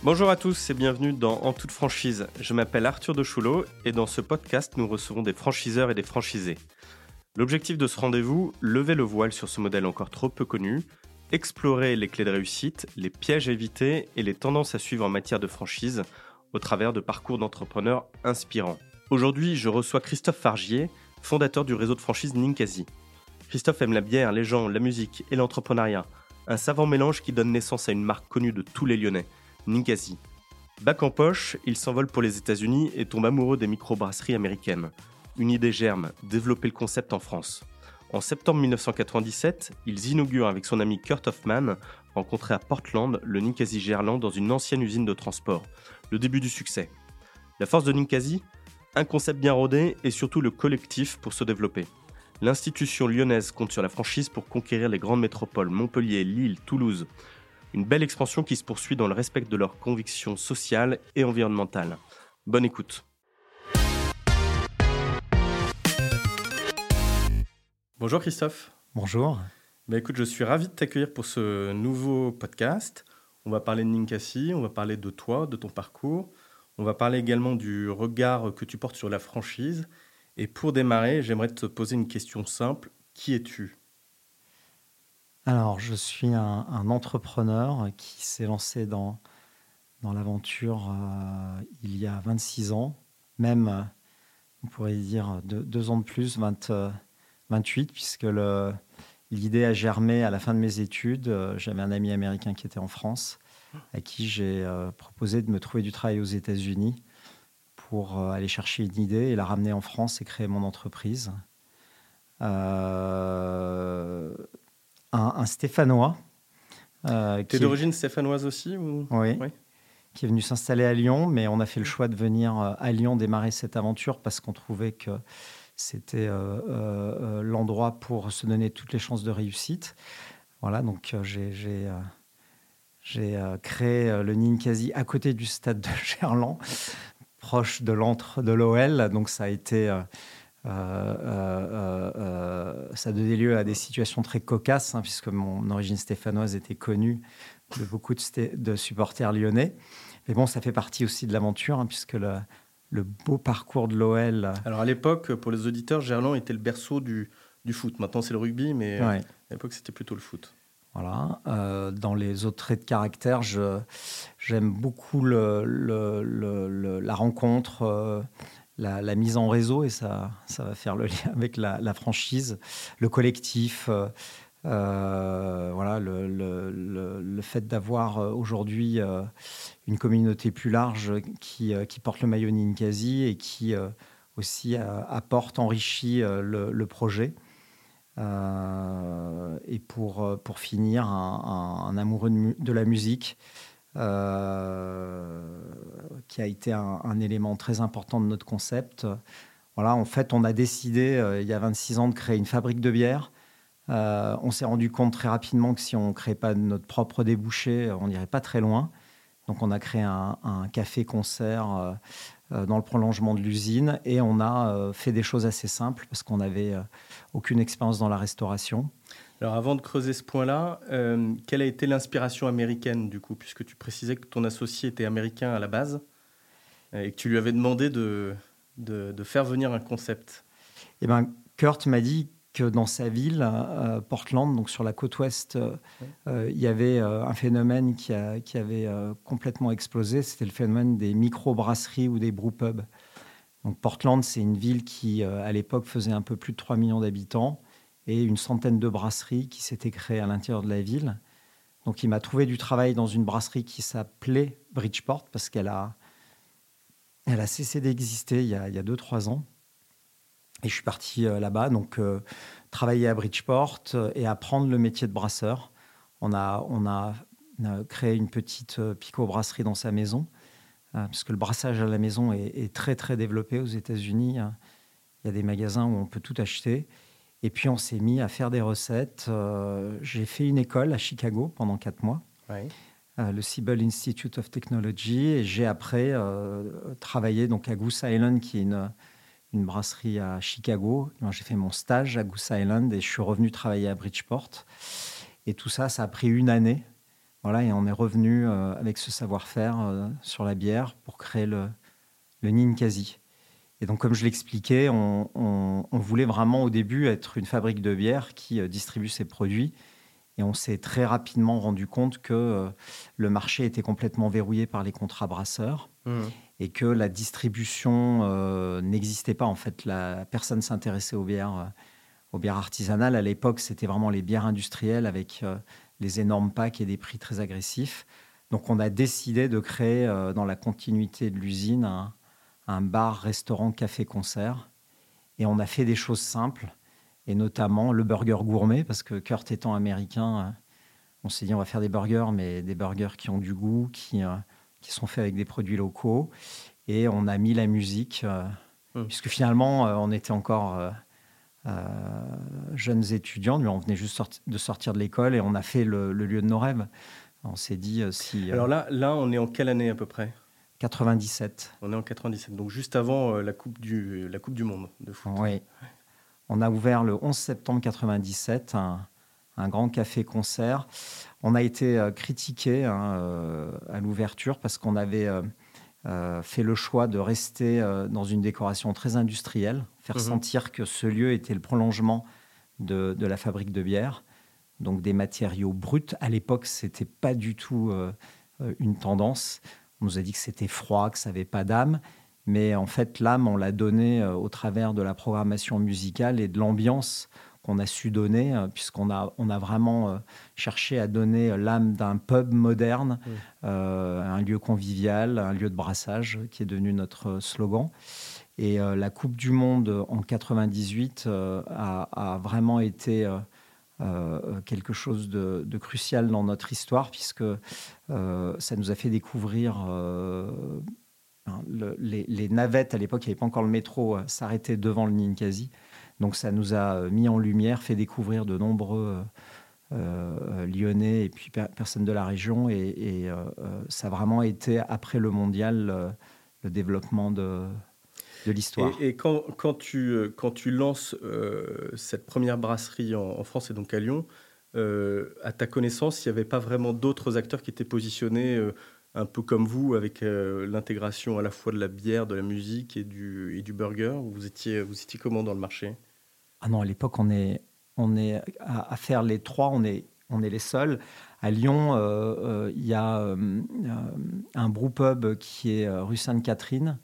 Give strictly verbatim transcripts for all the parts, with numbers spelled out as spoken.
Bonjour à tous et bienvenue dans En toute franchise. Je m'appelle Arthur de Choulot et dans ce podcast, nous recevons des franchiseurs et des franchisés. L'objectif de ce rendez-vous, lever le voile sur ce modèle encore trop peu connu, explorer les clés de réussite, les pièges à éviter et les tendances à suivre en matière de franchise au travers de parcours d'entrepreneurs inspirants. Aujourd'hui, je reçois Christophe Fargier, fondateur du réseau de franchise Ninkasi. Christophe aime la bière, les gens, la musique et l'entrepreneuriat. Un savant mélange qui donne naissance à une marque connue de tous les Lyonnais, Ninkasi. Bac en poche, il s'envole pour les États-Unis et tombe amoureux des microbrasseries américaines. Une idée germe, développer le concept en France. En septembre dix-neuf cent quatre-vingt-dix-sept, ils inaugurent avec son ami Kurt Hoffman, rencontré à Portland, le Ninkasi Gerland dans une ancienne usine de transport. Le début du succès. La force de Ninkasi ? Un concept bien rodé et surtout le collectif pour se développer. L'institution lyonnaise compte sur la franchise pour conquérir les grandes métropoles Montpellier, Lille, Toulouse. Une belle expansion qui se poursuit dans le respect de leurs convictions sociales et environnementales. Bonne écoute. Bonjour Christophe. Bonjour. Bah écoute, je suis ravi de t'accueillir pour ce nouveau podcast. On va parler de Ninkasi, on va parler de toi, de ton parcours. On va parler également du regard que tu portes sur la franchise. Et pour démarrer, j'aimerais te poser une question simple. Qui es-tu ? Alors, je suis un, un entrepreneur qui s'est lancé dans, dans l'aventure euh, il y a vingt-six ans, même, euh, on pourrait dire, deux, deux ans de plus, vingt, euh, vingt-huit, puisque le, l'idée a germé à la fin de mes études. Euh, j'avais un ami américain qui était en France, à qui j'ai euh, proposé de me trouver du travail aux États-Unis pour euh, aller chercher une idée et la ramener en France et créer mon entreprise. Euh, Un, un Stéphanois. Euh, tu es d'origine est... stéphanoise aussi ou... Oui, oui, qui est venu s'installer à Lyon, mais on a fait le choix de venir à Lyon démarrer cette aventure parce qu'on trouvait que c'était euh, euh, l'endroit pour se donner toutes les chances de réussite. Voilà, donc euh, j'ai, j'ai, euh, j'ai euh, créé euh, le Ninkasi à côté du stade de Gerland, proche de l'antre de l'O L, donc ça a été... Euh, Euh, euh, euh, ça donnait lieu à des situations très cocasses, hein, puisque mon origine stéphanoise était connue de beaucoup de, sté- de supporters lyonnais. Mais bon, ça fait partie aussi de l'aventure, hein, puisque le, le beau parcours de l'O L... Alors à l'époque, pour les auditeurs, Gerland était le berceau du, du foot. Maintenant, c'est le rugby, mais ouais. À l'époque, c'était plutôt le foot. Voilà. Euh, dans les autres traits de caractère, je, j'aime beaucoup le, le, le, le, la rencontre... Euh, La, la mise en réseau, et ça, ça va faire le lien avec la, la franchise, le collectif, euh, euh, voilà, le, le, le, le fait d'avoir aujourd'hui euh, une communauté plus large qui, euh, qui porte le maillot Ninkasi et qui euh, aussi euh, apporte, enrichit euh, le, le projet. Euh, et pour, pour finir, un, un, un amoureux de, mu- de la musique. Euh, qui a été un, un élément très important de notre concept. Voilà, en fait, on a décidé, euh, il y a vingt-six ans, de créer une fabrique de bière. Euh, on s'est rendu compte très rapidement que si on ne créait pas notre propre débouché, on n'irait pas très loin. Donc, on a créé un, un café-concert euh, euh, dans le prolongement de l'usine et on a euh, fait des choses assez simples parce qu'on n'avait euh, aucune expérience dans la restauration. Alors, avant de creuser ce point-là, euh, quelle a été l'inspiration américaine, du coup, puisque tu précisais que ton associé était américain à la base et que tu lui avais demandé de, de, de faire venir un concept ? Eh bien, Kurt m'a dit que dans sa ville, euh, Portland, donc sur la côte ouest, euh, euh, il y avait euh, un phénomène qui, a, qui avait euh, complètement explosé. C'était le phénomène des micro-brasseries ou des brewpubs. Donc, Portland, c'est une ville qui, euh, à l'époque, faisait un peu plus de trois millions d'habitants et une centaine de brasseries qui s'étaient créées à l'intérieur de la ville. Donc, il m'a trouvé du travail dans une brasserie qui s'appelait Bridgeport parce qu'elle a, elle a cessé d'exister il y a, il y a deux trois ans. Et je suis parti euh, là-bas, donc euh, travailler à Bridgeport euh, et apprendre le métier de brasseur. On a, on a, on a créé une petite euh, pico-brasserie dans sa maison, euh, parce que le brassage à la maison est, est très, très développé aux États-Unis. Il y a des magasins où on peut tout acheter. Et puis, on s'est mis à faire des recettes. Euh, j'ai fait une école à Chicago pendant quatre mois, ouais. euh, le Siebel Institute of Technology. Et j'ai après euh, travaillé donc, à Goose Island, qui est une... une brasserie à Chicago. J'ai fait mon stage à Goose Island et je suis revenu travailler à Bridgeport. Et tout ça, ça a pris une année. Voilà, et on est revenu euh, avec ce savoir-faire euh, sur la bière pour créer le, le Ninkasi. Et donc, comme je l'expliquais, on, on, on voulait vraiment au début être une fabrique de bière qui euh, distribue ses produits. Et on s'est très rapidement rendu compte que euh, le marché était complètement verrouillé par les contrats brasseurs Mmh. et que la distribution euh, n'existait pas. En fait, la personne s'intéressait aux bières, euh, aux bières artisanales. À l'époque, c'était vraiment les bières industrielles avec euh, les énormes packs et des prix très agressifs. Donc, on a décidé de créer, euh, dans la continuité de l'usine, un, un bar, restaurant, café-concert. Et on a fait des choses simples, et notamment le burger gourmet, parce que Kurt étant américain, euh, on s'est dit on va faire des burgers, mais des burgers qui ont du goût, qui, euh, qui sont faits avec des produits locaux. Et on a mis la musique, euh, Mmh. puisque finalement, euh, on était encore euh, euh, jeunes étudiants, mais on venait juste sorti- de sortir de l'école et on a fait le, le lieu de nos rêves. On s'est dit euh, si euh, Alors là, là, on est en quelle année à peu près? quatre-vingt-dix-sept. On est en quatre-vingt-dix-sept, donc juste avant euh, la, coupe du, la Coupe du Monde de foot. Oui. On a ouvert le onze septembre quatre-vingt-dix-sept un, un grand café-concert. On a été euh, critiqué hein, euh, à l'ouverture parce qu'on avait euh, euh, fait le choix de rester euh, dans une décoration très industrielle, faire Mhm. sentir que ce lieu était le prolongement de, de la fabrique de bière, donc des matériaux bruts. À l'époque, ce n'était pas du tout euh, euh, une tendance. On nous a dit que c'était froid, que ça n'avait pas d'âme. Mais en fait, l'âme, on l'a donnée euh, au travers de la programmation musicale et de l'ambiance qu'on a su donner, euh, puisqu'on a, on a vraiment euh, cherché à donner euh, l'âme d'un pub moderne, Mhm. euh, un lieu convivial, un lieu de brassage, qui est devenu notre slogan. Et euh, la Coupe du Monde en quatre-vingt-dix-huit euh, a, a vraiment été euh, euh, quelque chose de, de crucial dans notre histoire, puisque euh, ça nous a fait découvrir euh, hein, le- les, les navettes. À l'époque, il n'y avait pas encore le métro, euh, s'arrêtaient devant le Ninkasi. Donc ça nous a euh, mis en lumière, fait découvrir de nombreux euh, euh, Lyonnais et puis per- personnes de la région. Et, et, euh, euh, ça a vraiment été, après le mondial, euh, le développement de, de l'histoire. Et, et quand, quand, tu, euh, quand tu lances euh, cette première brasserie en, en France et donc à Lyon, euh, à ta connaissance, il n'y avait pas vraiment d'autres acteurs qui étaient positionnés euh, un peu comme vous, avec euh, l'intégration à la fois de la bière, de la musique et du, et du burger. Vous étiez, vous étiez comment dans le marché? Ah non, à l'époque, on est, on est à, à faire les trois, on est, on est les seuls. À Lyon, euh, euh, il y a euh, euh, un brewpub qui est euh, rue Sainte-Catherine.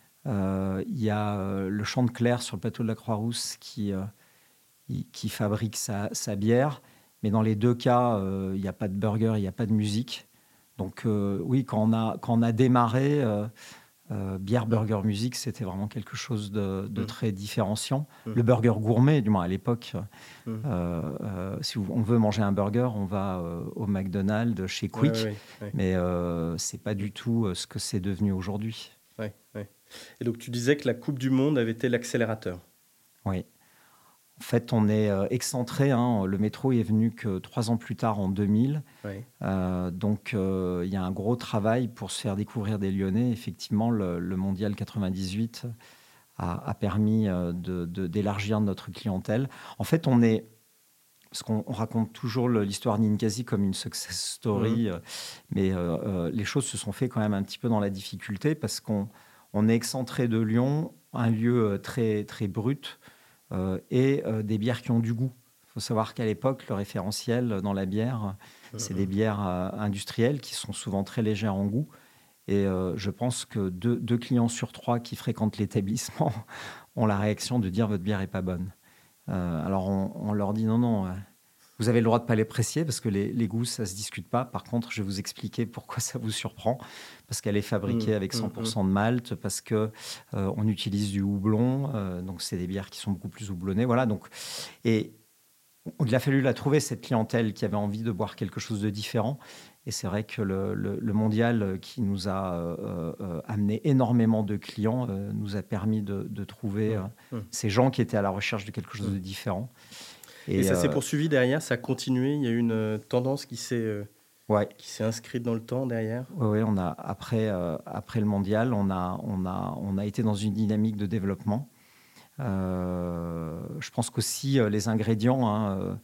Euh, Il y a euh, le Champ de Clair sur le plateau de la Croix-Rousse qui, euh, il- qui fabrique sa, sa bière. Mais dans les deux cas, euh, il n'y a pas de burger, il n'y a pas de musique. Donc euh, oui, quand on a, quand on a démarré, euh, euh, bière, Mm, burger, musique, c'était vraiment quelque chose de, de mm, très différenciant. mm, Le burger gourmet, du moins à l'époque, mm. euh, euh, si on veut manger un burger, on va euh, au McDonald's, chez Ouais, ouais, Quick, ouais, ouais. mais euh, c'est pas Mm, du tout euh, ce que c'est devenu aujourd'hui. ouais, ouais. Et donc tu disais que la Coupe du Monde avait été l'accélérateur. Oui. En fait, on est euh, excentré. Hein. Le métro est venu que trois ans plus tard, en deux mille. Ouais. Euh, donc, euh, il y a un gros travail pour se faire découvrir des Lyonnais. Effectivement, le, le Mondial quatre-vingt-dix-huit a, a permis euh, de, de- d'élargir notre clientèle. En fait, on est parce qu'on on raconte toujours le- l'histoire Ninkasi comme une success Mhm. story, euh, mais euh, euh, les choses se sont faites quand même un petit peu dans la difficulté parce qu'on on est excentré de Lyon, un lieu euh, très, très brut euh, et euh, des bières qui ont du goût. Il faut savoir qu'à l'époque, le référentiel dans la bière, c'est des Mhm. bières euh, industrielles qui sont souvent très légères en goût. Et euh, je pense que deux, deux clients sur trois qui fréquentent l'établissement ont la réaction de dire votre bière est pas bonne. Euh, alors on, on leur dit non, non, euh, vous avez le droit de pas l'apprécier parce que les, les goûts, ça se discute pas. Par contre, je vais vous expliquer pourquoi ça vous surprend. Parce qu'elle est Mhm. fabriquée avec Mhm. cent pour cent de malt, parce que euh, on utilise du houblon, euh, donc c'est des bières qui sont beaucoup plus houblonnées. Voilà. Donc, et il a fallu la trouver cette clientèle qui avait envie de boire quelque chose de différent. Et c'est vrai que le, le- le mondial qui nous a euh, euh, amené énormément de clients euh, nous a permis de, de trouver euh, Mhm. Mhm. ces gens qui étaient à la recherche de quelque chose de Mhm. différent. Et Et ça s'est euh, poursuivi derrière, ça a continué. Il y a eu une euh, tendance qui s'est euh, ouais, qui s'est inscrite dans le temps derrière. ouais, ouais, on a après euh, après le mondial, on a on a on a été dans une dynamique de développement. Euh, je pense qu'aussi euh, les ingrédients, hein, euh,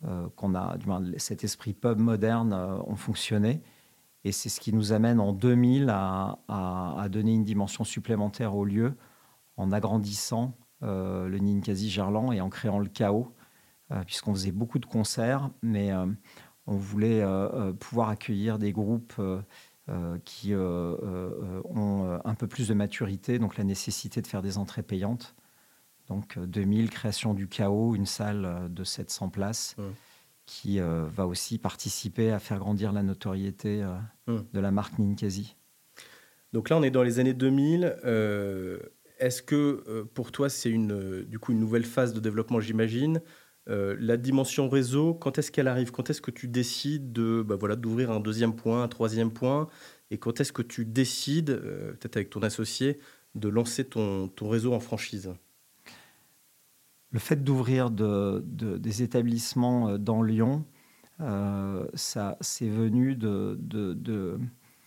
euh, qu'on a, du moins, cet esprit pub moderne euh, ont fonctionné. Et c'est ce qui nous amène en deux mille à, à, à donner une dimension supplémentaire au lieu en agrandissant euh, le Ninkasi Gerland et en créant le chaos, euh, puisqu'on faisait beaucoup de concerts, mais euh, on voulait euh, euh, pouvoir accueillir des groupes euh, euh, qui euh, euh, ont un peu plus de maturité, donc la nécessité de faire des entrées payantes. Donc deux mille, création du chaos, une salle de sept cents places. Mmh. qui euh, va aussi participer à faire grandir la notoriété euh, mmh. de la marque Ninkasi. Donc là, on est dans les années deux mille. Euh, est-ce que euh, pour toi, c'est une, euh, du coup, une nouvelle phase de développement, j'imagine? euh, La dimension réseau, quand est-ce qu'elle arrive? Quand est-ce que tu décides de, bah voilà, d'ouvrir un deuxième point, un troisième point? Et quand est-ce que tu décides, euh, peut-être avec ton associé, de lancer ton, ton réseau en franchise? Le fait d'ouvrir de, de, des établissements dans Lyon, euh, ça, c'est venu de, de, de,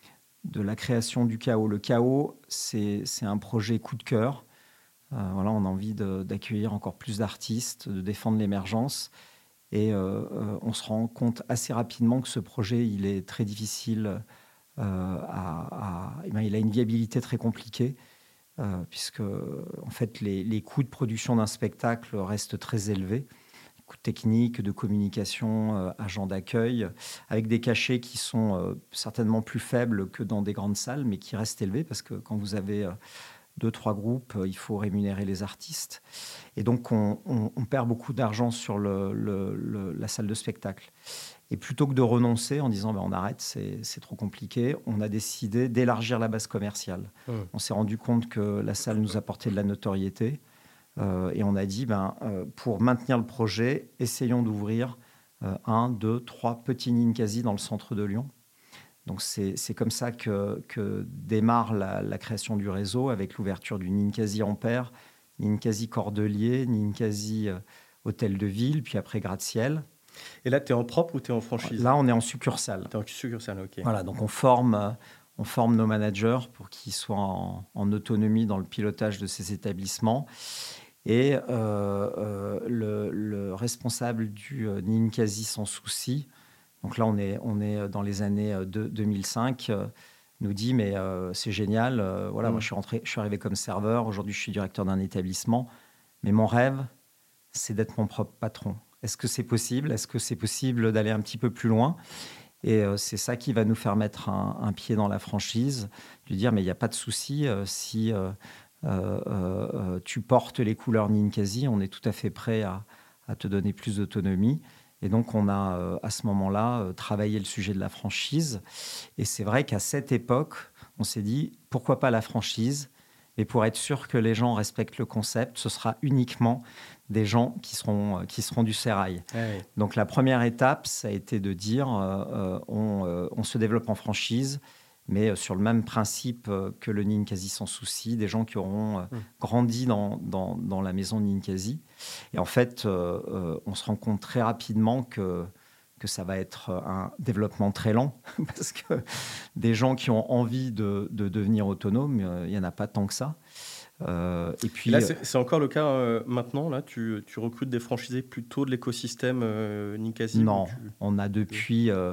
de la création du chaos. Le chaos, c'est, c'est un projet coup de cœur. Euh, voilà, on a envie de, d'accueillir encore plus d'artistes, de défendre l'émergence. Et euh, on se rend compte assez rapidement que ce projet, il est très difficile, euh, à, à, eh bien, il a une viabilité très compliquée. Euh, puisque en fait, les, les coûts de production d'un spectacle restent très élevés, les coûts techniques, de communication, euh, agents d'accueil, avec des cachets qui sont euh, certainement plus faibles que dans des grandes salles, mais qui restent élevés, parce que quand vous avez euh, deux, trois groupes, euh, il faut rémunérer les artistes. Et donc, on, on, on perd beaucoup d'argent sur le, le, le, la salle de spectacle. Et plutôt que de renoncer en disant ben, on arrête, c'est, c'est trop compliqué, on a décidé d'élargir la base commerciale. Mmh. On s'est rendu compte que la salle nous apportait de la notoriété euh, et on a dit ben, euh, pour maintenir le projet, essayons d'ouvrir euh, un, deux, trois petits Ninkasi dans le centre de Lyon. Donc c'est, c'est comme ça que, que démarre la, la création du réseau avec l'ouverture du Ninkasi Ampère, Ninkasi Cordelier, Ninkasi euh, Hôtel de Ville, puis après Gratte-Ciel. Et là, tu es en propre ou tu es en franchise? Là, on est en succursale. Tu es en succursale, ok. Voilà, donc on forme, on forme nos managers pour qu'ils soient en, en autonomie dans le pilotage de ces établissements. Et euh, euh, le, le responsable du euh, Ninkasi Sans Souci, donc là, on est, on est dans les années de, deux mille cinq, euh, nous dit, mais euh, c'est génial, euh, voilà, mmh. moi, je suis, rentré, je suis arrivé comme serveur, aujourd'hui, je suis directeur d'un établissement, mais mon rêve, c'est d'être mon propre patron. Est-ce que c'est possible? Est-ce que c'est possible d'aller un petit peu plus loin? Et euh, c'est ça qui va nous faire mettre un, un pied dans la franchise, lui dire, mais il n'y a pas de souci, euh, si euh, euh, euh, tu portes les couleurs Ninkasi, on est tout à fait prêt à, à te donner plus d'autonomie. Et donc, on a, euh, à ce moment-là, euh, travaillé le sujet de la franchise. Et c'est vrai qu'à cette époque, on s'est dit, pourquoi pas la franchise? Mais pour être sûr que les gens respectent le concept, ce sera uniquement des gens qui seront, qui seront du sérail. Ah oui. Donc la première étape, ça a été de dire euh, on, euh, on se développe en franchise, mais sur le même principe que le Ninkasi Sans Souci, des gens qui auront euh, mmh. grandi dans, dans, dans la maison Ninkasi. Et en fait, euh, euh, on se rend compte très rapidement que que ça va être un développement très lent, parce que des gens qui ont envie de, de devenir autonomes, euh, il n'y en a pas tant que ça. Euh, et puis, et là, c'est, c'est encore le cas euh, maintenant. Là, tu, tu recrutes des franchisés plutôt de l'écosystème euh, Ninkasi? Non, tu... on a depuis euh,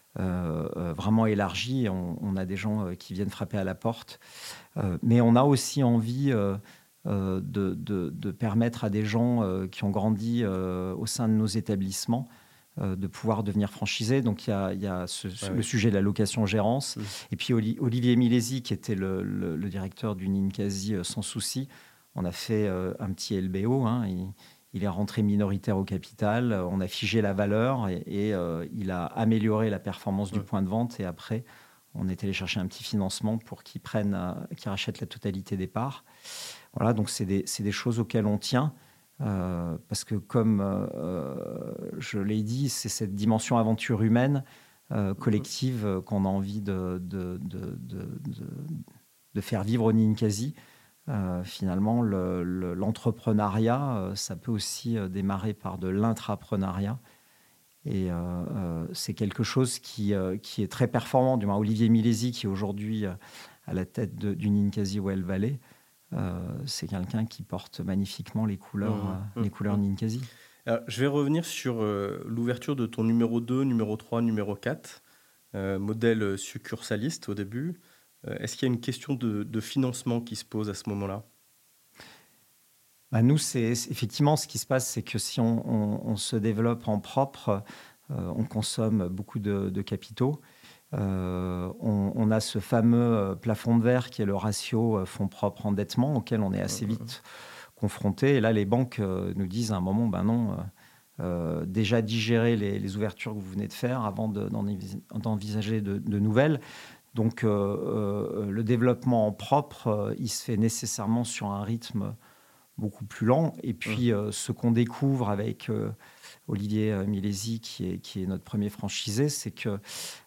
euh, vraiment élargi. On, on a des gens euh, qui viennent frapper à la porte. Euh, mais on a aussi envie euh, euh, de, de, de permettre à des gens euh, qui ont grandi euh, au sein de nos établissements euh, de pouvoir devenir franchisés. Donc, il y a, il y a ce, ouais, le ouais. sujet de la location-gérance. Mmh. Et puis, Oli, Olivier Milesi, qui était le, le, le directeur du Ninkasi euh, Sans Souci, on a fait euh, un petit L B O. Hein, il, il est rentré minoritaire au capital. On a figé la valeur et, et euh, il a amélioré la performance mmh. du point de vente. Et après, on est allé chercher un petit financement pour qu'ils prennent, euh, qu'ils rachètent la totalité des parts. Voilà, donc c'est des, c'est des choses auxquelles on tient. Euh, parce que comme euh, je l'ai dit, c'est cette dimension aventure humaine, euh, collective, euh, qu'on a envie de, de, de, de, de, de faire vivre au Ninkasi. Euh, finalement, le, le, l'entrepreneuriat, euh, ça peut aussi euh, démarrer par de l'intrapreneuriat. Et euh, euh, c'est quelque chose qui, euh, qui est très performant. Du moins, Olivier Milesi, qui est aujourd'hui euh, à la tête de, du Ninkasi Well Valley, Euh, c'est quelqu'un qui porte magnifiquement les couleurs, mmh, euh, les couleurs mmh. Ninkasi. Alors, je vais revenir sur euh, l'ouverture de ton numéro deux, numéro trois, numéro quatre, euh, modèle succursaliste au début. Euh, est-ce qu'il y a une question de, de financement qui se pose à ce moment-là? Bah, nous, c'est c'est- effectivement ce qui se passe, c'est que si on, on- on se développe en propre, euh, on consomme beaucoup de, de capitaux. Euh, on, on a ce fameux euh, plafond de verre qui est le ratio euh, fonds propres endettement auquel on est assez Euh, vite confronté. Et là, les banques euh, nous disent à un moment, ben non, euh, euh, déjà digérer les, les ouvertures que vous venez de faire avant de- d'en envis- d'envisager de, de nouvelles. Donc, euh, euh, le développement en propre, euh, il se fait nécessairement sur un rythme beaucoup plus lent. Et hum, puis, euh, ce qu'on découvre avec euh, Olivier euh, Milesi, qui est, qui est notre premier franchisé, c'est que euh,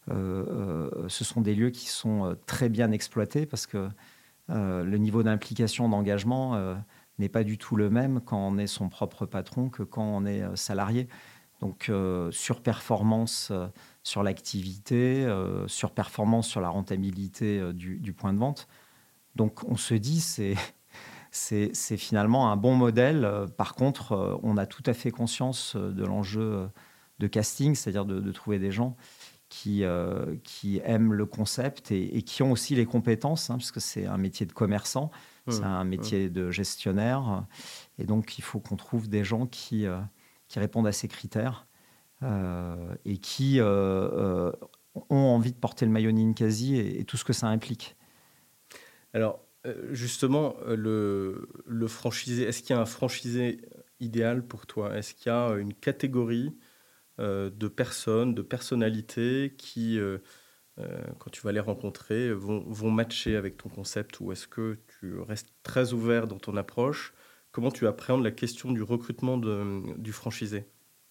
euh, ce sont des lieux qui sont euh, très bien exploités parce que euh, le niveau d'implication, d'engagement euh, n'est pas du tout le même quand on est son propre patron que quand on est euh, salarié. Donc, euh, surperformance euh, sur l'activité, euh, surperformance sur la rentabilité euh, du, du point de vente. Donc, on se dit, c'est c'est c'est finalement un bon modèle. Euh, Par contre, euh, on a tout à fait conscience euh, de l'enjeu euh, de casting, c'est-à-dire de, de trouver des gens qui, euh, qui aiment le concept et, et qui ont aussi les compétences, hein, parce que c'est un métier de commerçant, c'est hum, un hum. métier de gestionnaire. Et donc, il faut qu'on trouve des gens qui, euh, qui répondent à ces critères euh, et qui euh, euh, ont envie de porter le maillot Ninkasi et, et tout ce que ça implique. Alors, euh, justement, euh, le, le franchisé, est-ce qu'il y a un franchisé idéal pour toi? Est-ce qu'il y a une catégorie euh, de personnes, de personnalités qui, euh, euh, quand tu vas les rencontrer, vont, vont matcher avec ton concept? Ou est-ce que tu restes très ouvert dans ton approche? Comment tu appréhendes la question du recrutement de- du franchisé?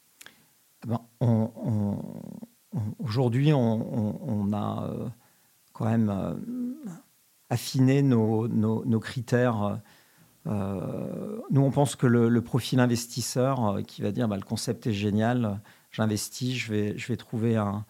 Eh ben, on- on- on- Aujourd'hui, on, on- on a euh, quand même euh, affiné nos, nos- nos critères. Euh, nous, on pense que le, le profil investisseur euh, qui va dire bah, le concept est génial, euh, j'investis, je vais, je vais trouver un,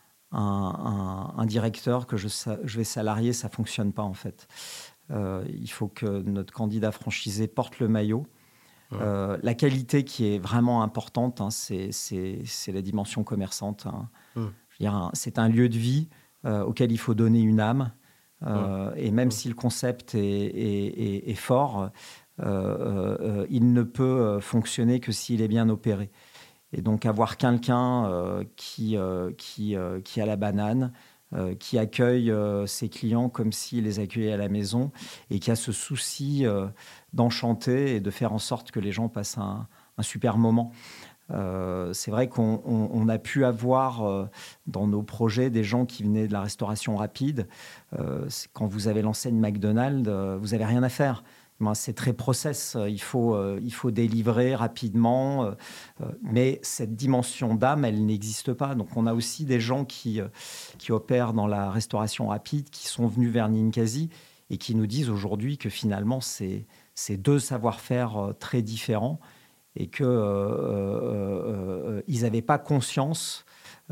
un- un- un directeur que je, sa- je vais salarier, ça ne fonctionne pas en fait. Euh, il faut que notre candidat franchisé porte le maillot. Hum, Euh, la qualité qui est vraiment importante, hein, c'est c'est- c'est la dimension commerçante, hein. hum, Je veux dire, un- c'est un lieu de vie euh, auquel il faut donner une âme. hum, Euh, et même hum, si le concept est, est- est- est fort, euh, euh, euh, il ne peut euh, fonctionner que s'il est bien opéré. Et donc avoir quelqu'un euh, qui, euh, qui, euh, qui a la banane, euh, qui accueille euh, ses clients comme s'il les accueillait à la maison et qui a ce souci euh, d'enchanter et de faire en sorte que les gens passent un, un super moment. Euh, c'est vrai qu'on on- on a pu avoir euh, dans nos projets des gens qui venaient de la restauration rapide. Euh, c'est- quand vous avez l'enseigne McDonald's, euh, vous n'avez rien à faire. Ben, c'est très process. Euh, Il faut, euh, il faut délivrer rapidement. euh, euh, mais cette dimension d'âme, elle n'existe pas. Donc, on a aussi des gens qui, euh, qui opèrent dans la restauration rapide, qui sont venus vers Ninkasi et qui nous disent aujourd'hui que finalement, c'est c'est deux savoir-faire euh, très différents et qu'ils euh, euh, euh, n'avaient pas conscience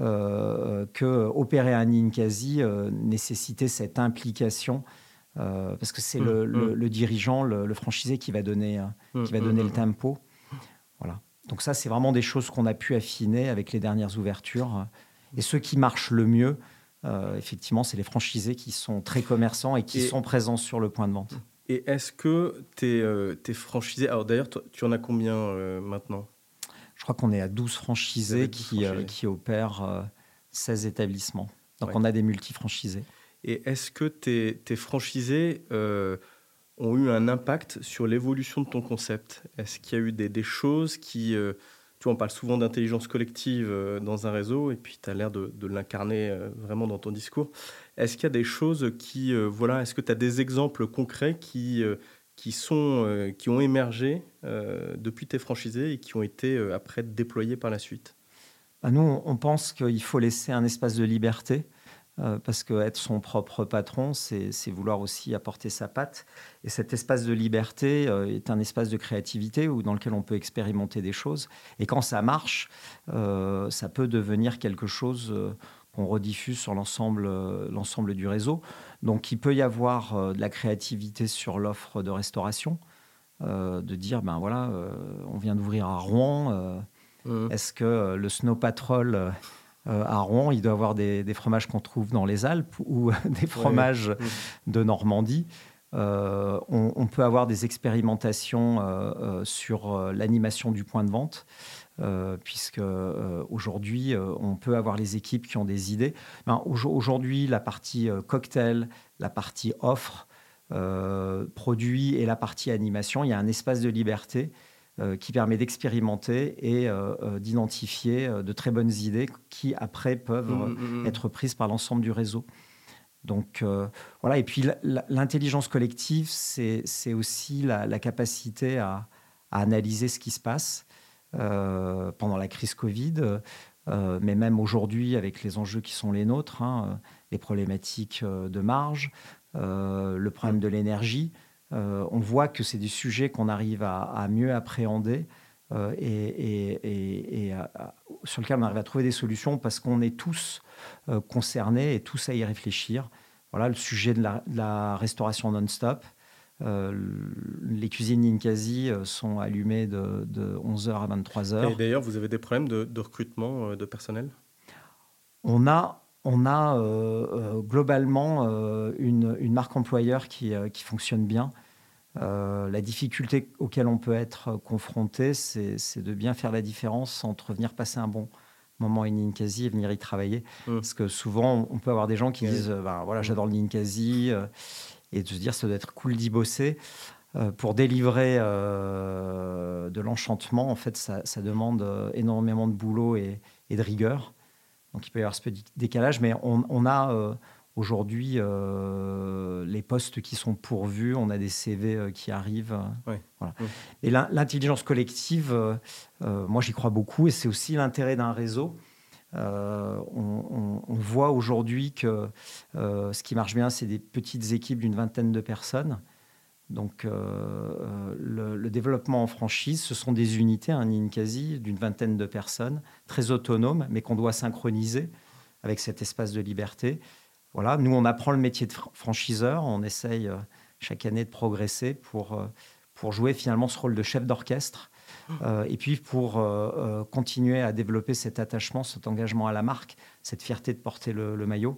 euh, que opérer un Ninkasi euh, nécessitait cette implication euh, parce que c'est hum, le, le- hum, le dirigeant, le, le franchisé qui va donner, euh, qui hum, va hum, donner le hum, hum. tempo. Voilà. Donc ça, c'est vraiment des choses qu'on a pu affiner avec les dernières ouvertures. Et ceux qui marchent le mieux, euh, effectivement, c'est les franchisés qui sont très commerçants et qui Et, sont présents sur le point de vente. et est-ce que tes, euh, tes franchisés... Alors d'ailleurs, toi, tu en as combien euh, maintenant? Je crois qu'on est à douze Vous avez franchisés douze qui, euh, franchisés. qui opèrent euh, seize établissements. Donc Ouais. on a des multifranchisés. Et est-ce que tes, tes franchisés euh, ont eu un impact sur l'évolution de ton concept? Est-ce qu'il y a eu des, des choses qui... euh, tu vois, on parle souvent d'intelligence collective euh, dans un réseau, et puis tu as l'air de, de l'incarner euh, vraiment dans ton discours. Est-ce qu'il y a des choses qui... euh, voilà, est-ce que tu as des exemples concrets qui, euh, qui, sont, euh, qui ont émergé euh, depuis tes franchisés et qui ont été euh, après déployés par la suite? Bah, nous, on on pense qu'il faut laisser un espace de liberté. Euh, parce qu'être son propre patron, c'est c'est vouloir aussi apporter sa patte. Et cet espace de liberté euh, est un espace de créativité où, dans lequel on peut expérimenter des choses. Et quand ça marche, euh, ça peut devenir quelque chose euh, qu'on rediffuse sur l'ensemble euh, l'ensemble du réseau. Donc il peut y avoir euh, de la créativité sur l'offre de restauration, euh, de dire, ben voilà, euh, on vient d'ouvrir à Rouen. euh, Mmh. Est-ce que euh, le Snow Patrol euh, à Rouen, il doit avoir des, des fromages qu'on trouve dans les Alpes ou des fromages ouais. mmh. de Normandie? Euh, on, on peut avoir des expérimentations euh, euh, sur euh, l'animation du point de vente, euh, puisque euh, aujourd'hui, euh, on peut avoir les équipes qui ont des idées. Ben, aujourd'hui, la partie euh, cocktail, la partie offre, euh, produit et la partie animation, il y a un espace de liberté euh, qui permet d'expérimenter et euh, euh, d'identifier euh, de très bonnes idées qui, après, peuvent mmh, mmh. être prises par l'ensemble du réseau. Donc euh, voilà, et puis l'intelligence collective, c'est, c'est aussi la, la capacité à, à analyser ce qui se passe euh, pendant la crise Covid, euh, mais même aujourd'hui avec les enjeux qui sont les nôtres, hein, les problématiques de marge, euh, le problème de l'énergie. Euh, on voit que c'est des sujets qu'on arrive à, à mieux appréhender euh, et, et, et, et à, à, sur lesquels on arrive à trouver des solutions parce qu'on est tous euh, concernés et tous à y réfléchir. Voilà le sujet de la, de la restauration non-stop. Euh, les cuisines Ninkasi sont allumées de, de onze heures à vingt-trois heures. Et d'ailleurs, vous avez des problèmes de, de recrutement de personnel ? On a, on a euh, euh, globalement euh, une, une marque employeur qui, euh, qui fonctionne bien. Euh, la difficulté auquel on peut être confronté, c'est, c'est de bien faire la différence entre venir passer un bon moment à une Ninkasi et venir y travailler. Mmh. Parce que souvent, on peut avoir des gens qui oui. disent euh, ben, voilà, mmh. j'adore le Ninkasi, euh, et de se dire ça doit être cool d'y bosser. Euh, pour délivrer euh, de l'enchantement, en fait, ça, ça demande énormément de boulot et, et de rigueur. Donc, il peut y avoir ce petit décalage, mais on, on a euh, aujourd'hui euh, les postes qui sont pourvus, on a des C V euh, qui arrivent. Oui. Voilà. Oui. Et l'intelligence collective, euh, euh, moi, j'y crois beaucoup, et c'est aussi l'intérêt d'un réseau. Euh, on, on, on voit aujourd'hui que euh, ce qui marche bien, c'est des petites équipes d'une vingtaine de personnes. Donc, euh, le, le développement en franchise, ce sont des unités, un Ninkasi d'une vingtaine de personnes, très autonomes, mais qu'on doit synchroniser avec cet espace de liberté. Voilà, nous, on apprend le métier de franchiseur, on essaye euh, chaque année de progresser pour, euh, pour jouer finalement ce rôle de chef d'orchestre euh, et puis pour euh, euh, continuer à développer cet attachement, cet engagement à la marque, cette fierté de porter le, le maillot.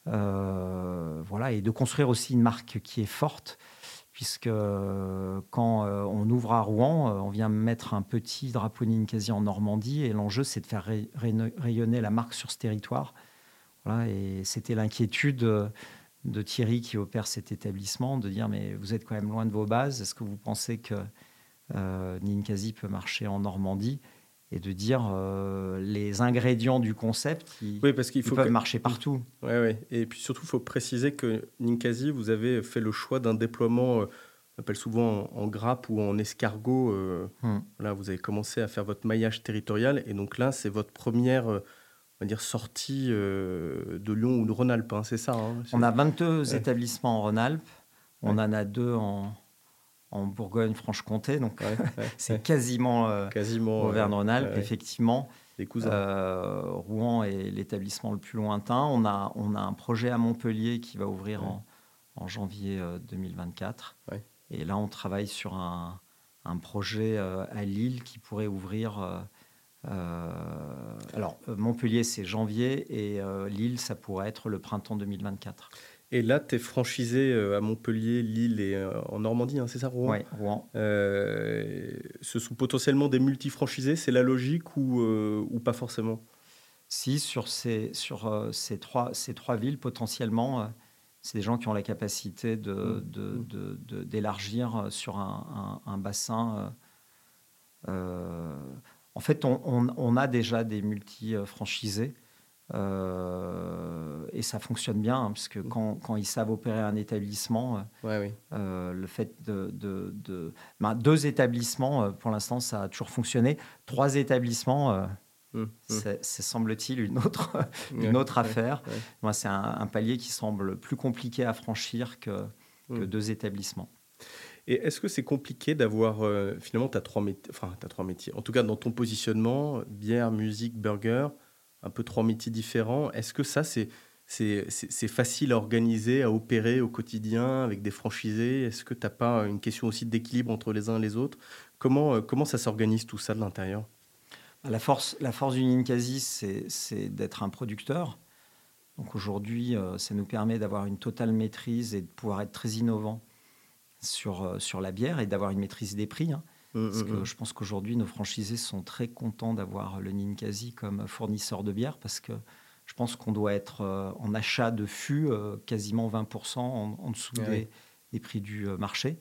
Euh, voilà, et de construire aussi une marque qui est forte, puisque quand euh, on ouvre à Rouen, euh, on vient mettre un petit drapeau Ninkasi en Normandie, et l'enjeu, c'est de faire ray- rayonner la marque sur ce territoire. Voilà, et c'était l'inquiétude de Thierry qui opère cet établissement, de dire, mais vous êtes quand même loin de vos bases, est-ce que vous pensez que euh, Ninkasi peut marcher en Normandie ? Et de dire euh, les ingrédients du concept qui, oui, parce qu'il faut qui peuvent que... marcher partout. Oui, oui. Et puis surtout, il faut préciser que Ninkasi, vous avez fait le choix d'un déploiement, euh, on appelle souvent en, en grappe ou en escargot. Euh, hum. Là, vous avez commencé à faire votre maillage territorial. Et donc là, c'est votre première euh, on va dire, sortie euh, de Lyon ou de Rhône-Alpes. Hein, c'est ça hein, c'est... On a vingt-deux ouais. établissements en Rhône-Alpes. On ouais. en a deux en... en Bourgogne-Franche-Comté, donc ouais, ouais, c'est ouais. quasiment, euh, quasiment Auvergne-Rhône-Alpes, ouais, ouais. effectivement. Des cousins. Euh, Rouen est l'établissement le plus lointain. On a, on a un projet à Montpellier qui va ouvrir ouais. en, en janvier euh, deux mille vingt-quatre. Ouais. Et là, on travaille sur un, un projet euh, à Lille qui pourrait ouvrir... Euh, euh, alors, Montpellier, c'est janvier, et euh, Lille, ça pourrait être le printemps deux mille vingt-quatre. Et là, tu es franchisé à Montpellier, Lille et en Normandie, hein, c'est ça, Rouen ? Oui, Rouen. Euh, ce sont potentiellement des multifranchisés, c'est la logique ou, euh, ou pas forcément ? Si, sur ces, sur, euh, ces, trois, ces trois villes, potentiellement, euh, c'est des gens qui ont la capacité de, mmh. de, de, de, d'élargir sur un, un, un bassin. Euh, euh, en fait, on, on, on a déjà des multifranchisés. Euh, et ça fonctionne bien, hein, parce que quand, quand ils savent opérer un établissement, ouais, oui. euh, le fait de... de, de ben, deux établissements, euh, pour l'instant, ça a toujours fonctionné. Trois établissements, euh, mmh, c'est, mmh. c'est semble-t-il une autre, une ouais, autre affaire. Ouais, ouais. Moi, c'est un, un palier qui semble plus compliqué à franchir que, mmh. que deux établissements. Et est-ce que c'est compliqué d'avoir... Euh, finalement, tu as trois métiers, enfin, tu as trois métiers. En tout cas, dans ton positionnement, bière, musique, burger... un peu trois métiers différents. Est-ce que ça, c'est, c'est, c'est, c'est facile à organiser, à opérer au quotidien avec des franchisés ? Est-ce que tu n'as pas une question aussi d'équilibre entre les uns et les autres ? Comment, euh, comment ça s'organise tout ça de l'intérieur ? La force, la force du Ninkasi, c'est, c'est d'être un producteur. Donc aujourd'hui, euh, ça nous permet d'avoir une totale maîtrise et de pouvoir être très innovant sur, euh, sur la bière et d'avoir une maîtrise des prix. Hein. Mmh, Parce mmh, que je pense qu'aujourd'hui, nos franchisés sont très contents d'avoir le Ninkasi comme fournisseur de bière parce que je pense qu'on doit être euh, en achat de fûts euh, quasiment vingt pour cent en, en dessous ah des, oui. des prix du euh, marché.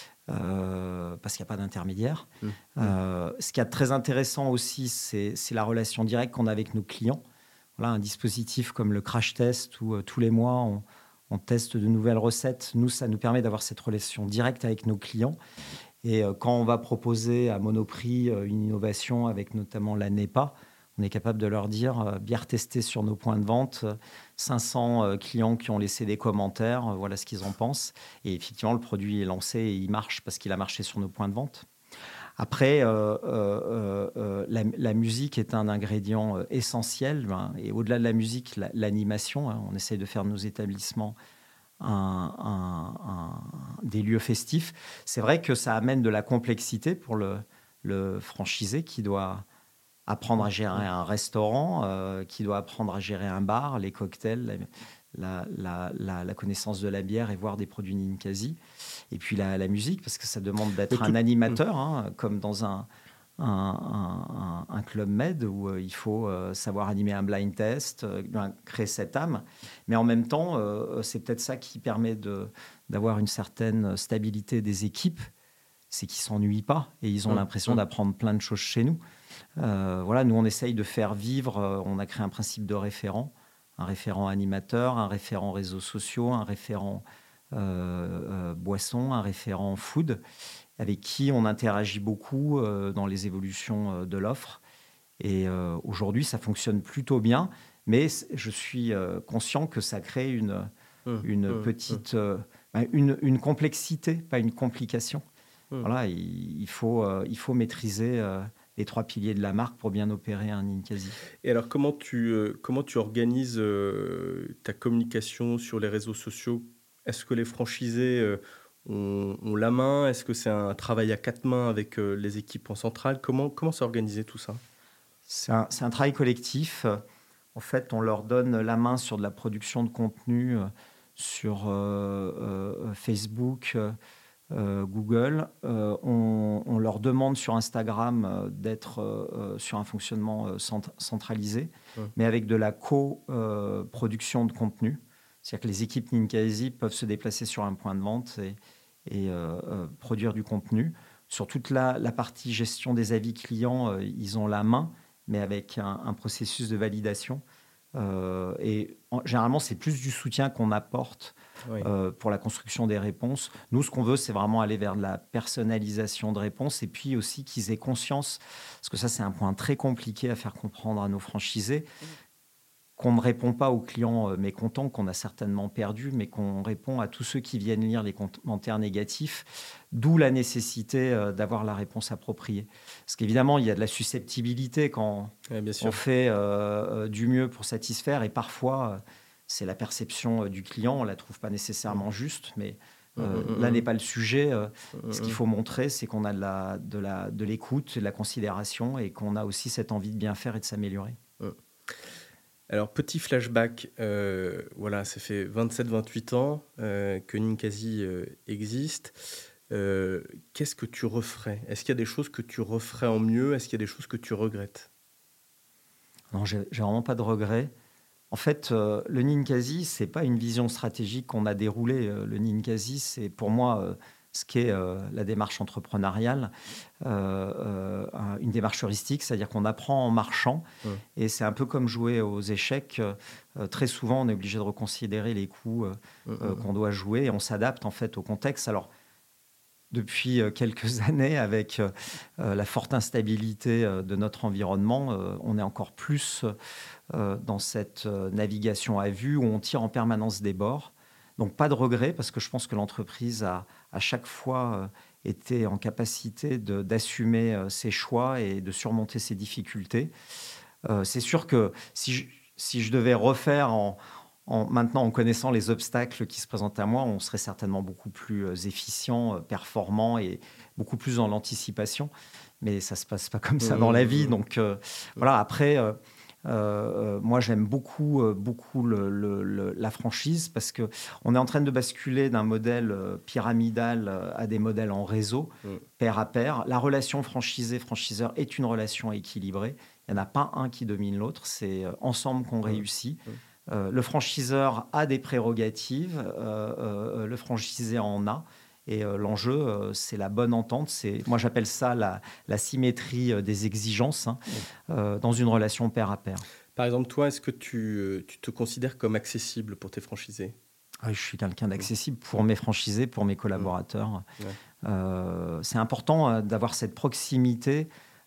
Euh, parce qu'il n'y a pas d'intermédiaire. Mmh, mmh. Euh, ce qui est très intéressant aussi, c'est, c'est la relation directe qu'on a avec nos clients. Voilà, un dispositif comme le crash test où euh, tous les mois on, on teste de nouvelles recettes. Nous, ça nous permet d'avoir cette relation directe avec nos clients. Et euh, quand on va proposer à Monoprix euh, une innovation avec notamment la NEPA, on est capable de leur dire euh, bière testée sur nos points de vente, euh, cinq cents euh, clients qui ont laissé des commentaires, euh, voilà ce qu'ils en pensent. Et effectivement, le produit est lancé et il marche parce qu'il a marché sur nos points de vente. Après, euh, euh, euh, la, la musique est un ingrédient euh, essentiel. Ben, et au-delà de la musique, la- l'animation. Hein, on essaye de faire de nos établissements un- un- un- des lieux festifs. C'est vrai que ça amène de la complexité pour le, le franchisé qui doit apprendre à gérer un restaurant, euh, qui doit apprendre à gérer un bar, les cocktails, la, la- la- la connaissance de la bière et voir des produits Ninkasi. Et puis la, la musique, parce que ça demande Mais d'être tout, un mmh. animateur, hein, comme dans un, un, un- un- un club med où euh, il faut euh, savoir animer un blind test, euh, ben, créer cette âme. Mais en même temps, euh, c'est peut-être ça qui permet de, d'avoir une certaine stabilité des équipes, c'est qu'ils ne s'ennuient pas et ils ont Mmh, l'impression mmh. d'apprendre plein de choses chez nous. Euh, voilà, nous, on essaye de faire vivre, euh, on a créé un principe de référent, un référent animateur, un référent réseaux sociaux, un référent euh, euh, boisson, un référent food, avec qui on interagit beaucoup euh, dans les évolutions euh, de l'offre. Et euh, aujourd'hui, ça fonctionne plutôt bien, mais c- je suis euh, conscient que ça crée une, Mmh, une mmh, mmh, petite, euh, ben, une, une complexité, pas une complication. mmh. Voilà, il, il faut, euh, il faut maîtriser euh, les trois piliers de la marque pour bien opérer un Ninkasi. Et alors, comment tu, euh, comment tu organises euh, ta communication sur les réseaux sociaux? Est-ce que les franchisés euh, ont, ont la main? Est-ce que c'est un travail à quatre mains avec euh, les équipes en centrale? Comment, comment s'est organisé tout ça? C'est un, c'est un travail collectif. En fait, on leur donne la main sur de la production de contenu euh, sur euh, euh, Facebook, euh, euh, Google. Euh, on, on leur demande sur Instagram euh, d'être euh, euh, sur un fonctionnement euh, cent- centralisé, Mmh. mais avec de la co-production de contenu. C'est-à-dire que les équipes Ninkasi peuvent se déplacer sur un point de vente et, et, euh, euh, produire du contenu. Sur toute la, la partie gestion des avis clients, euh, ils ont la main, mais avec un, un processus de validation. Euh, et en- généralement, c'est plus du soutien qu'on apporte Oui. euh, pour la construction des réponses. Nous, ce qu'on veut, c'est vraiment aller vers de la personnalisation de réponses et puis aussi qu'ils aient conscience, parce que ça, c'est un point très compliqué à faire comprendre à nos franchisés, qu'on ne répond pas aux clients euh, mécontents, qu'on a certainement perdus, mais qu'on répond à tous ceux qui viennent lire les commentaires négatifs, d'où la nécessité euh, d'avoir la réponse appropriée. Parce qu'évidemment, il y a de la susceptibilité quand Ouais, bien on sûr. fait euh, euh, du mieux pour satisfaire, et parfois, euh, c'est la perception euh, du client, on ne la trouve pas Mmh. nécessairement juste, mais Mmh, euh, mmh, là n'est mmh, pas le sujet. Euh, mmh, ce mmh, qu'il mmh. faut montrer, c'est qu'on a de, la, de, la, de l'écoute, de la considération, et qu'on a aussi cette envie de bien faire et de s'améliorer. Mmh. Alors, petit flashback, euh, voilà, ça fait vingt-sept vingt-huit ans euh, que Ninkasi euh, existe. Euh, qu'est-ce que tu referais? Est-ce qu'il y a des choses que tu referais en mieux? Est-ce qu'il y a des choses que tu regrettes? Non, j'ai j'ai vraiment pas de regrets. En fait, euh, le Ninkasi, c'est pas une vision stratégique qu'on a déroulée. Euh, le Ninkasi, c'est pour moi euh, ce qu'est euh, la démarche entrepreneuriale, euh, euh, un- une démarche heuristique, c'est-à-dire qu'on apprend en marchant. Mmh. Et c'est un peu comme jouer aux échecs. Euh, euh, très souvent, on est obligé de reconsidérer les coups euh, Mmh, euh, mmh, qu'on doit jouer et on s'adapte en fait au contexte. Alors, depuis euh, quelques années, avec euh, euh, la forte instabilité euh, de notre environnement, euh, on est encore plus euh, dans cette euh, navigation à vue où on tire en permanence des bords. Donc pas de regret parce que je pense que l'entreprise a à chaque fois euh, été en capacité de- d'assumer euh, ses choix et de surmonter ses difficultés. Euh, c'est sûr que si je, si je devais refaire en, en- maintenant en connaissant les obstacles qui se présentent à moi, on serait certainement beaucoup plus euh, efficient, euh, performant et beaucoup plus dans l'anticipation. mais ça ne se passe pas comme ça dans la vie. Donc euh, voilà, après, euh, euh, moi j'aime beaucoup, euh, beaucoup le, le, le, la franchise parce qu'on est en train de basculer d'un modèle euh, pyramidal euh, à des modèles en réseau, mmh. pair à pair. La relation franchisé-franchiseur est une relation équilibrée. Il n'y en a pas un qui domine l'autre, c'est euh, ensemble qu'on mmh. réussit. Mmh. Euh, le franchiseur a des prérogatives, euh, euh, le franchisé en a. Et euh, l'enjeu, euh, c'est la bonne entente. C'est, moi, j'appelle ça la, la symétrie euh, des exigences hein, mmh. euh, dans une relation pair à pair. Par exemple, toi, est-ce que tu, tu te considères comme accessible pour tes franchisés ? Ah, je suis quelqu'un d'accessible pour mes franchisés, pour mes collaborateurs. Mmh. Ouais. Euh, c'est important euh, d'avoir cette proximité.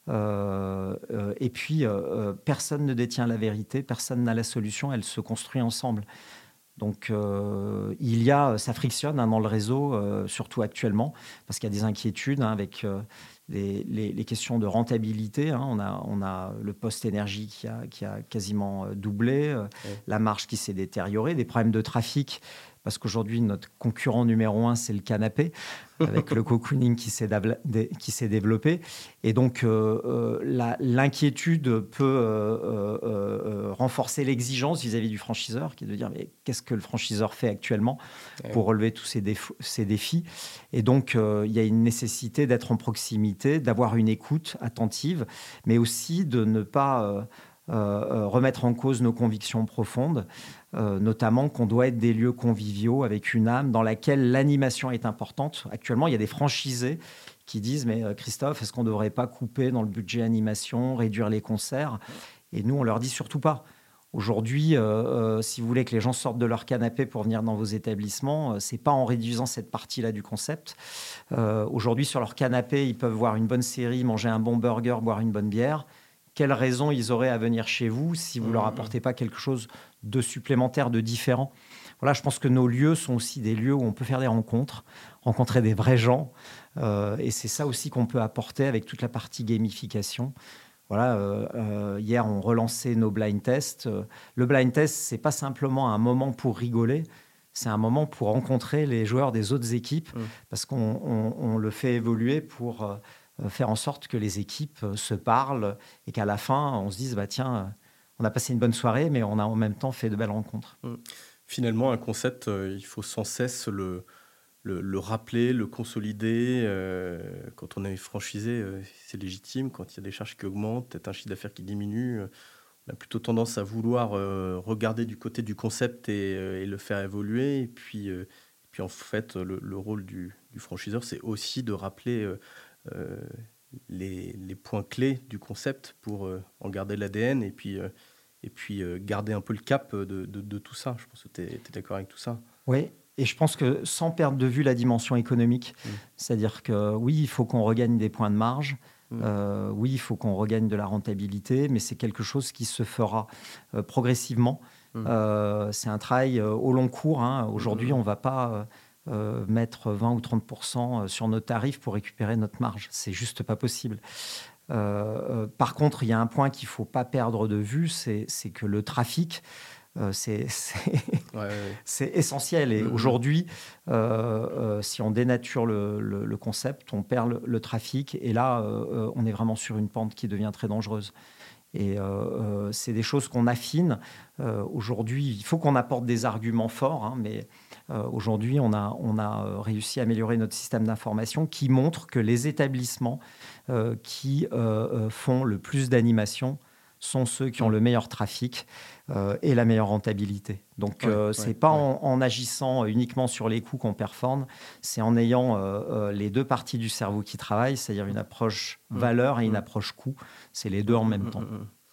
Euh, euh, et puis, euh, personne ne détient la vérité, personne n'a la solution, elle se construit ensemble. Donc, euh, il y a, ça frictionne hein, dans le réseau, euh, surtout actuellement, parce qu'il y a des inquiétudes hein, avec euh, les, les, les questions de rentabilité. Hein. On a, on a le post-énergie qui a, qui a quasiment doublé, euh, ouais. la marge qui s'est détériorée, des problèmes de trafic, parce qu'aujourd'hui, notre concurrent numéro un, c'est le canapé, avec le cocooning qui s'est, qui s'est développé. Et donc, euh, euh, la, l'inquiétude peut euh, euh, renforcer l'exigence vis-à-vis du franchiseur, qui est de dire, mais qu'est-ce que le franchiseur fait actuellement pour relever tous ces, déf- ces défis ? Et donc, euh, il y a une nécessité d'être en proximité, d'avoir une écoute attentive, mais aussi de ne pas... Euh, Euh, remettre en cause nos convictions profondes, euh, notamment qu'on doit être des lieux conviviaux avec une âme dans laquelle l'animation est importante. Actuellement, il y a des franchisés qui disent « Mais Christophe, est-ce qu'on ne devrait pas couper dans le budget animation, réduire les concerts ?» Et nous, on leur dit surtout pas. Aujourd'hui, euh, euh, si vous voulez que les gens sortent de leur canapé pour venir dans vos établissements, euh, c'est pas en réduisant cette partie-là du concept. Euh, aujourd'hui, sur leur canapé, ils peuvent voir une bonne série, manger un bon burger, boire une bonne bière. Quelle raison ils auraient à venir chez vous si vous ne mmh. leur apportez pas quelque chose de supplémentaire, de différent ? Voilà, je pense que nos lieux sont aussi des lieux où on peut faire des rencontres, rencontrer des vrais gens. Euh, et c'est ça aussi qu'on peut apporter avec toute la partie gamification. Voilà, euh, euh, hier, on relançait nos blind tests. Euh, le blind test, ce n'est pas simplement un moment pour rigoler, c'est un moment pour rencontrer les joueurs des autres équipes, mmh. parce qu'on on, on le fait évoluer pour... Euh, faire en sorte que les équipes se parlent et qu'à la fin, on se dise bah, « Tiens, on a passé une bonne soirée, mais on a en même temps fait de belles rencontres. Mmh. » Finalement, un concept, euh, il faut sans cesse le, le, le rappeler, le consolider. Euh, quand on est franchisé, euh, c'est légitime. Quand il y a des charges qui augmentent, peut-être un chiffre d'affaires qui diminue, euh, on a plutôt tendance à vouloir euh, regarder du côté du concept et, euh, et le faire évoluer. Et puis, euh, et puis en fait, le, le rôle du, du franchiseur, c'est aussi de rappeler... Euh, Euh, les, les points clés du concept pour euh, en garder l'A D N et puis, euh, et puis euh, garder un peu le cap de, de, de tout ça. Je pense que tu es d'accord avec tout ça. Oui, et je pense que sans perdre de vue la dimension économique, mmh. c'est-à-dire que oui, il faut qu'on regagne des points de marge, mmh. euh, oui, il faut qu'on regagne de la rentabilité, mais c'est quelque chose qui se fera euh, progressivement. Mmh. Euh, c'est un travail euh, au long cours. Hein. Aujourd'hui, mmh. on ne va pas... Euh, Euh, mettre vingt ou trente pour cent sur nos tarifs pour récupérer notre marge. C'est juste pas possible. Euh, euh, par contre, il y a un point qu'il ne faut pas perdre de vue, c'est, c'est que le trafic, euh, c'est, c'est, ouais, ouais, ouais. c'est essentiel. Et mmh. aujourd'hui, euh, euh, si on dénature le, le, le concept, on perd le, le trafic. Et là, euh, on est vraiment sur une pente qui devient très dangereuse. Et euh, c'est des choses qu'on affine. Euh, aujourd'hui, il faut qu'on apporte des arguments forts, hein, mais euh, aujourd'hui, on a, on a réussi à améliorer notre système d'information qui montre que les établissements euh, qui euh, font le plus d'animation sont ceux qui ont le meilleur trafic euh, et la meilleure rentabilité. Donc, ouais, euh, c'est ouais, pas ouais. En, en agissant uniquement sur les coûts qu'on performe, c'est en ayant euh, euh, les deux parties du cerveau qui travaillent, c'est-à-dire une approche valeur et une approche coût. C'est les deux en même temps.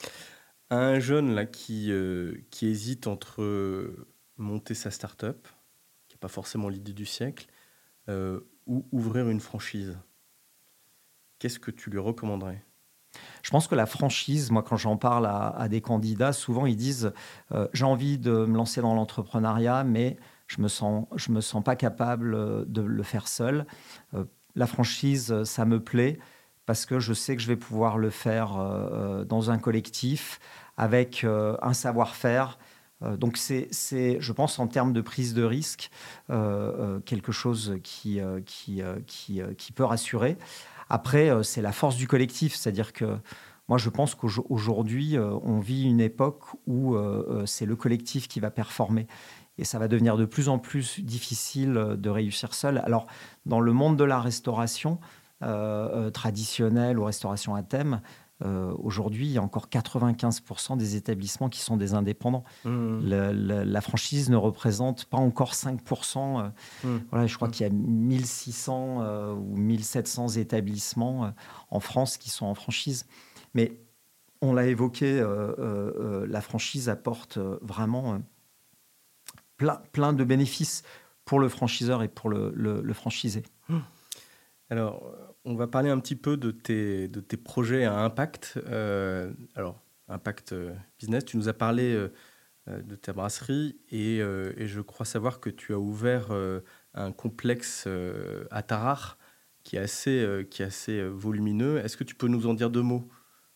Un jeune là, qui, euh, qui hésite entre monter sa start-up, qui n'a pas forcément l'idée du siècle, euh, ou ouvrir une franchise, qu'est-ce que tu lui recommanderais ? Je pense que la franchise, moi, quand j'en parle à, à des candidats, souvent, ils disent euh, « j'ai envie de me lancer dans l'entrepreneuriat, mais je ne me sens, je me sens pas capable de le faire seul. Euh, la franchise, ça me plaît parce que je sais que je vais pouvoir le faire euh, dans un collectif avec euh, un savoir-faire, Euh, donc c'est, c'est, je pense, en termes de prise de risque, euh, euh, quelque chose qui, euh, qui, euh, qui, euh, qui peut rassurer. Après, euh, c'est la force du collectif, c'est-à-dire que moi, je pense qu'aujourd'hui, euh, on vit une époque où euh, euh, c'est le collectif qui va performer. Et ça va devenir de plus en plus difficile euh, de réussir seul. Alors, dans le monde de la restauration euh, euh, traditionnelle ou restauration à thème, euh, aujourd'hui, il y a encore quatre-vingt-quinze pour cent des établissements qui sont des indépendants. Mmh. Le- le- la franchise ne représente pas encore cinq pour cent. euh, Mmh. voilà, je crois Mmh. qu'il y a mille six cents euh, ou mille sept cents établissements euh, en France qui sont en franchise. Mais on l'a évoqué, euh, euh, euh, la franchise apporte euh, vraiment euh, plein, plein de bénéfices pour le franchiseur et pour le, le- le franchisé. Alors, euh, on va parler un petit peu de tes, de tes projets à impact. Euh, alors, impact euh, business, tu nous as parlé euh, euh, de ta brasserie et, euh, et je crois savoir que tu as ouvert euh, un complexe euh, à Tarare qui est assez, euh, qui est assez euh, volumineux. Est-ce que tu peux nous en dire deux mots?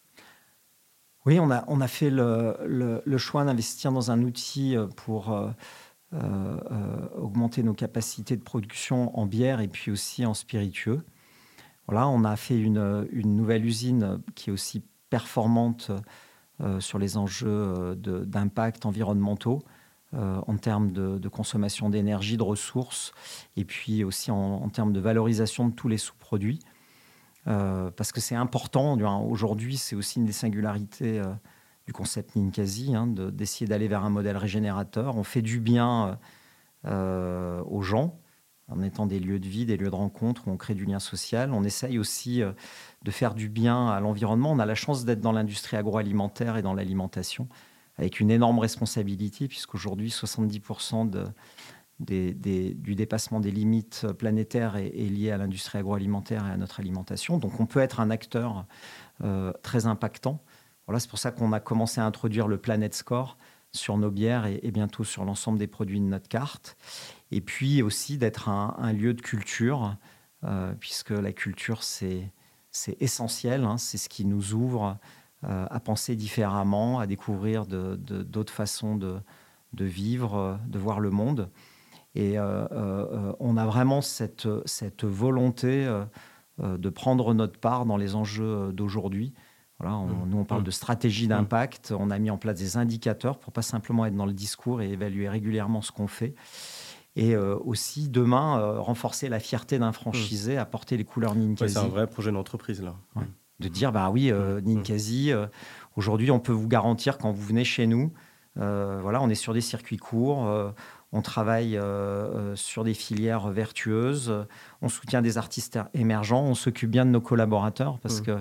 Oui, on a, on a fait le, le- le choix d'investir dans un outil euh, pour euh, euh, euh, augmenter nos capacités de production en bière et puis aussi en spiritueux. Voilà, on a fait une, une nouvelle usine qui est aussi performante euh, sur les enjeux euh, de- d'impact environnementaux euh, en termes de, de consommation d'énergie, de ressources, et puis aussi en, en termes de valorisation de tous les sous-produits. Euh, parce que c'est important. Aujourd'hui, c'est aussi une des singularités euh, du concept Ninkasi, hein, de- d'essayer d'aller vers un modèle régénérateur. On fait du bien euh, aux gens en étant des lieux de vie, des lieux de rencontre où on crée du lien social. On essaye aussi euh, de faire du bien à l'environnement. On a la chance d'être dans l'industrie agroalimentaire et dans l'alimentation, avec une énorme responsabilité, puisqu'aujourd'hui, soixante-dix pour cent de, des, des, du dépassement des limites planétaires est, est lié à l'industrie agroalimentaire et à notre alimentation. Donc on peut être un acteur euh, très impactant. Voilà, c'est pour ça qu'on a commencé à introduire le Planet Score sur nos bières et, et bientôt sur l'ensemble des produits de notre carte. Et puis aussi d'être un, un lieu de culture, euh, puisque la culture, c'est, c'est essentiel, hein, c'est ce qui nous ouvre euh, à penser différemment, à découvrir de, de, d'autres façons de, de vivre, de voir le monde. Et euh, euh, on a vraiment cette, cette volonté euh, euh, de prendre notre part dans les enjeux d'aujourd'hui. Voilà, on, Mmh. nous, on parle Mmh. de stratégie Mmh. d'impact. On a mis en place des indicateurs pour pas simplement être dans le discours et évaluer régulièrement ce qu'on fait. Et euh, aussi, demain, euh, renforcer la fierté d'un Mmh. franchisé, apporter les couleurs Ouais, c'est un Ninkasi. vrai projet d'entreprise, là. Mmh. Ouais. De dire, bah oui, euh, Mmh. Ninkasi, euh, aujourd'hui, on peut vous garantir quand vous venez chez nous, euh, voilà, on est sur des circuits courts, euh, on travaille euh, euh, sur des filières vertueuses, euh, on soutient des artistes émergents, on s'occupe bien de nos collaborateurs parce Mmh. que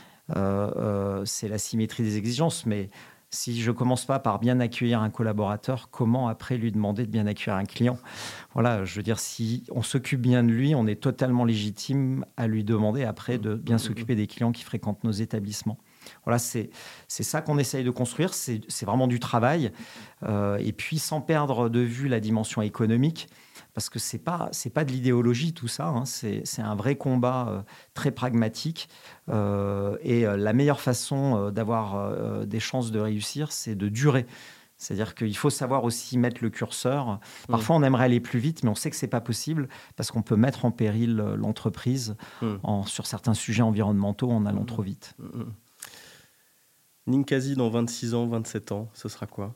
euh, euh, c'est la symétrie des exigences. Mais si je commence pas par bien accueillir un collaborateur, comment après lui demander de bien accueillir un client? Voilà, je veux dire, si on s'occupe bien de lui, on est totalement légitime à lui demander après de bien Mmh. s'occuper des clients qui fréquentent nos établissements. Voilà, c'est c'est ça qu'on essaye de construire. C'est c'est vraiment du travail. Euh, et puis, sans perdre de vue la dimension économique, parce que c'est pas c'est pas de l'idéologie tout ça. Hein, c'est c'est un vrai combat euh, très pragmatique. Euh, et euh, la meilleure façon euh, d'avoir euh, des chances de réussir, c'est de durer. C'est-à-dire qu'il faut savoir aussi mettre le curseur. Mmh. Parfois, on aimerait aller plus vite, mais on sait que c'est pas possible parce qu'on peut mettre en péril euh, l'entreprise Mmh. en, sur certains sujets environnementaux en allant Mmh. trop vite. Mmh. Ninkasi dans vingt-six ans, vingt-sept ans, ce sera quoi?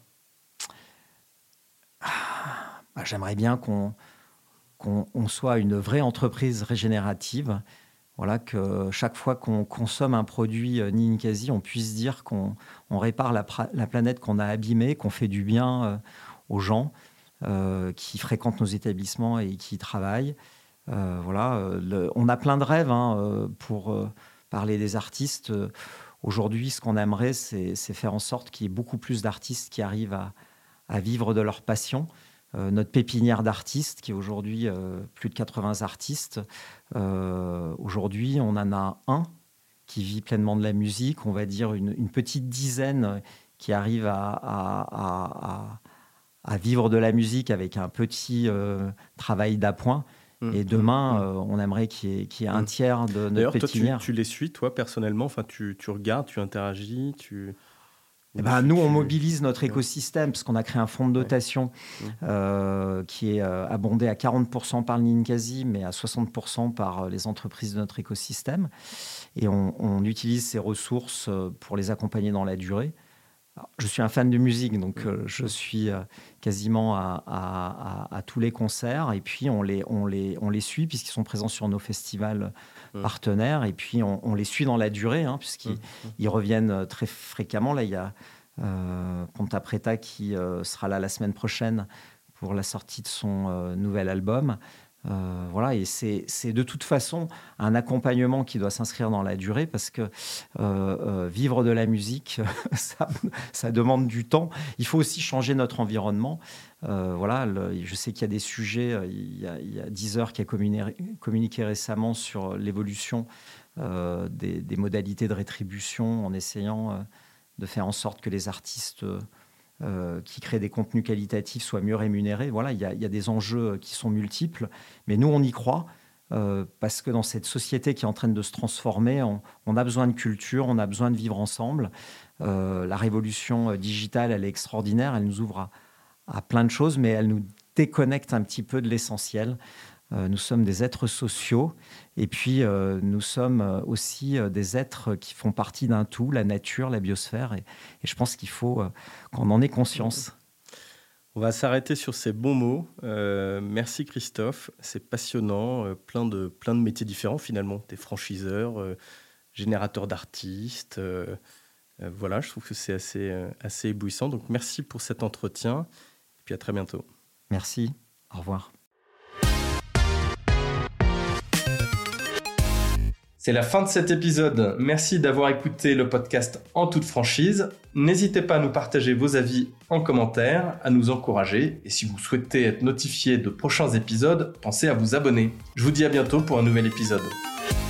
Bah, j'aimerais bien qu'on qu'on on soit une vraie entreprise régénérative. Voilà, que chaque fois qu'on consomme un produit euh, Ninkasi, on puisse dire qu'on on répare la, pra- la planète qu'on a abîmée, qu'on fait du bien euh, aux gens euh, qui fréquentent nos établissements et qui y travaillent. Euh, voilà, euh, le- on a plein de rêves hein, euh, pour euh, parler des artistes. Euh, Aujourd'hui, ce qu'on aimerait, c'est c'est faire en sorte qu'il y ait beaucoup plus d'artistes qui arrivent à, à vivre de leur passion. Euh, notre pépinière d'artistes, qui est aujourd'hui euh, plus de quatre-vingts artistes, euh, aujourd'hui, on en a un qui vit pleinement de la musique, on va dire une, une petite dizaine qui arrive à, à- à- à- à vivre de la musique avec un petit euh, travail d'appoint. Mmh. Et Mmh. demain, Mmh. euh, on aimerait qu'il y ait, qu'il y ait un Mmh. tiers de notre D'ailleurs, toi, tu, pépinière. tu les suis, toi, personnellement? Enfin, tu, tu regardes, tu interagis, tu... Eh ben, nous, on mobilise notre écosystème parce qu'on a créé un fonds de dotation ouais. euh, qui est euh, abondé à quarante pour cent par le Ninkasi, mais à soixante pour cent par les entreprises de notre écosystème. Et on, on utilise ces ressources pour les accompagner dans la durée. Alors, je suis un fan de musique, donc euh, je suis euh, quasiment à, à, à, à tous les concerts. Et puis, on les, on les, on les suit puisqu'ils sont présents sur nos festivals mmh. partenaires. Et puis, on, on les suit dans la durée hein, puisqu'ils mmh. ils reviennent très fréquemment. Là, il y a euh, Ponta Preta qui euh, sera là la semaine prochaine pour la sortie de son euh, nouvel album. Euh, voilà, et c'est, c'est de toute façon un accompagnement qui doit s'inscrire dans la durée parce que euh, euh, vivre de la musique, ça, ça demande du temps. Il faut aussi changer notre environnement. Euh, voilà, le, je sais qu'il y a des sujets, il y a, il y a Deezer qui a communiqué, communiqué récemment sur l'évolution euh, des, des modalités de rétribution en essayant euh, de faire en sorte que les artistes... Euh, Euh, qui créent des contenus qualitatifs soient mieux rémunérés. Voilà, il y a, il y a des enjeux qui sont multiples, mais nous, on y croit euh, parce que dans cette société qui est en train de se transformer, on, on a besoin de culture, on a besoin de vivre ensemble. Euh, la révolution digitale, elle est extraordinaire, elle nous ouvre à, à plein de choses, mais elle nous déconnecte un petit peu de l'essentiel. Euh, nous sommes des êtres sociaux et puis euh, nous sommes aussi euh, des êtres qui font partie d'un tout, la nature, la biosphère. Et, et je pense qu'il faut euh, qu'on en ait conscience. On va s'arrêter sur ces bons mots. Euh, merci Christophe, c'est passionnant, euh, plein, de, plein de métiers différents finalement. T'es franchiseur, euh, générateur d'artistes. Euh, euh, voilà, je trouve que c'est assez, euh, assez éblouissant. Donc merci pour cet entretien et puis à très bientôt. Merci, au revoir. C'est la fin de cet épisode. Merci d'avoir écouté le podcast En toute franchise. N'hésitez pas à nous partager vos avis en commentaire, à nous encourager. Et si vous souhaitez être notifié de prochains épisodes, pensez à vous abonner. Je vous dis à bientôt pour un nouvel épisode.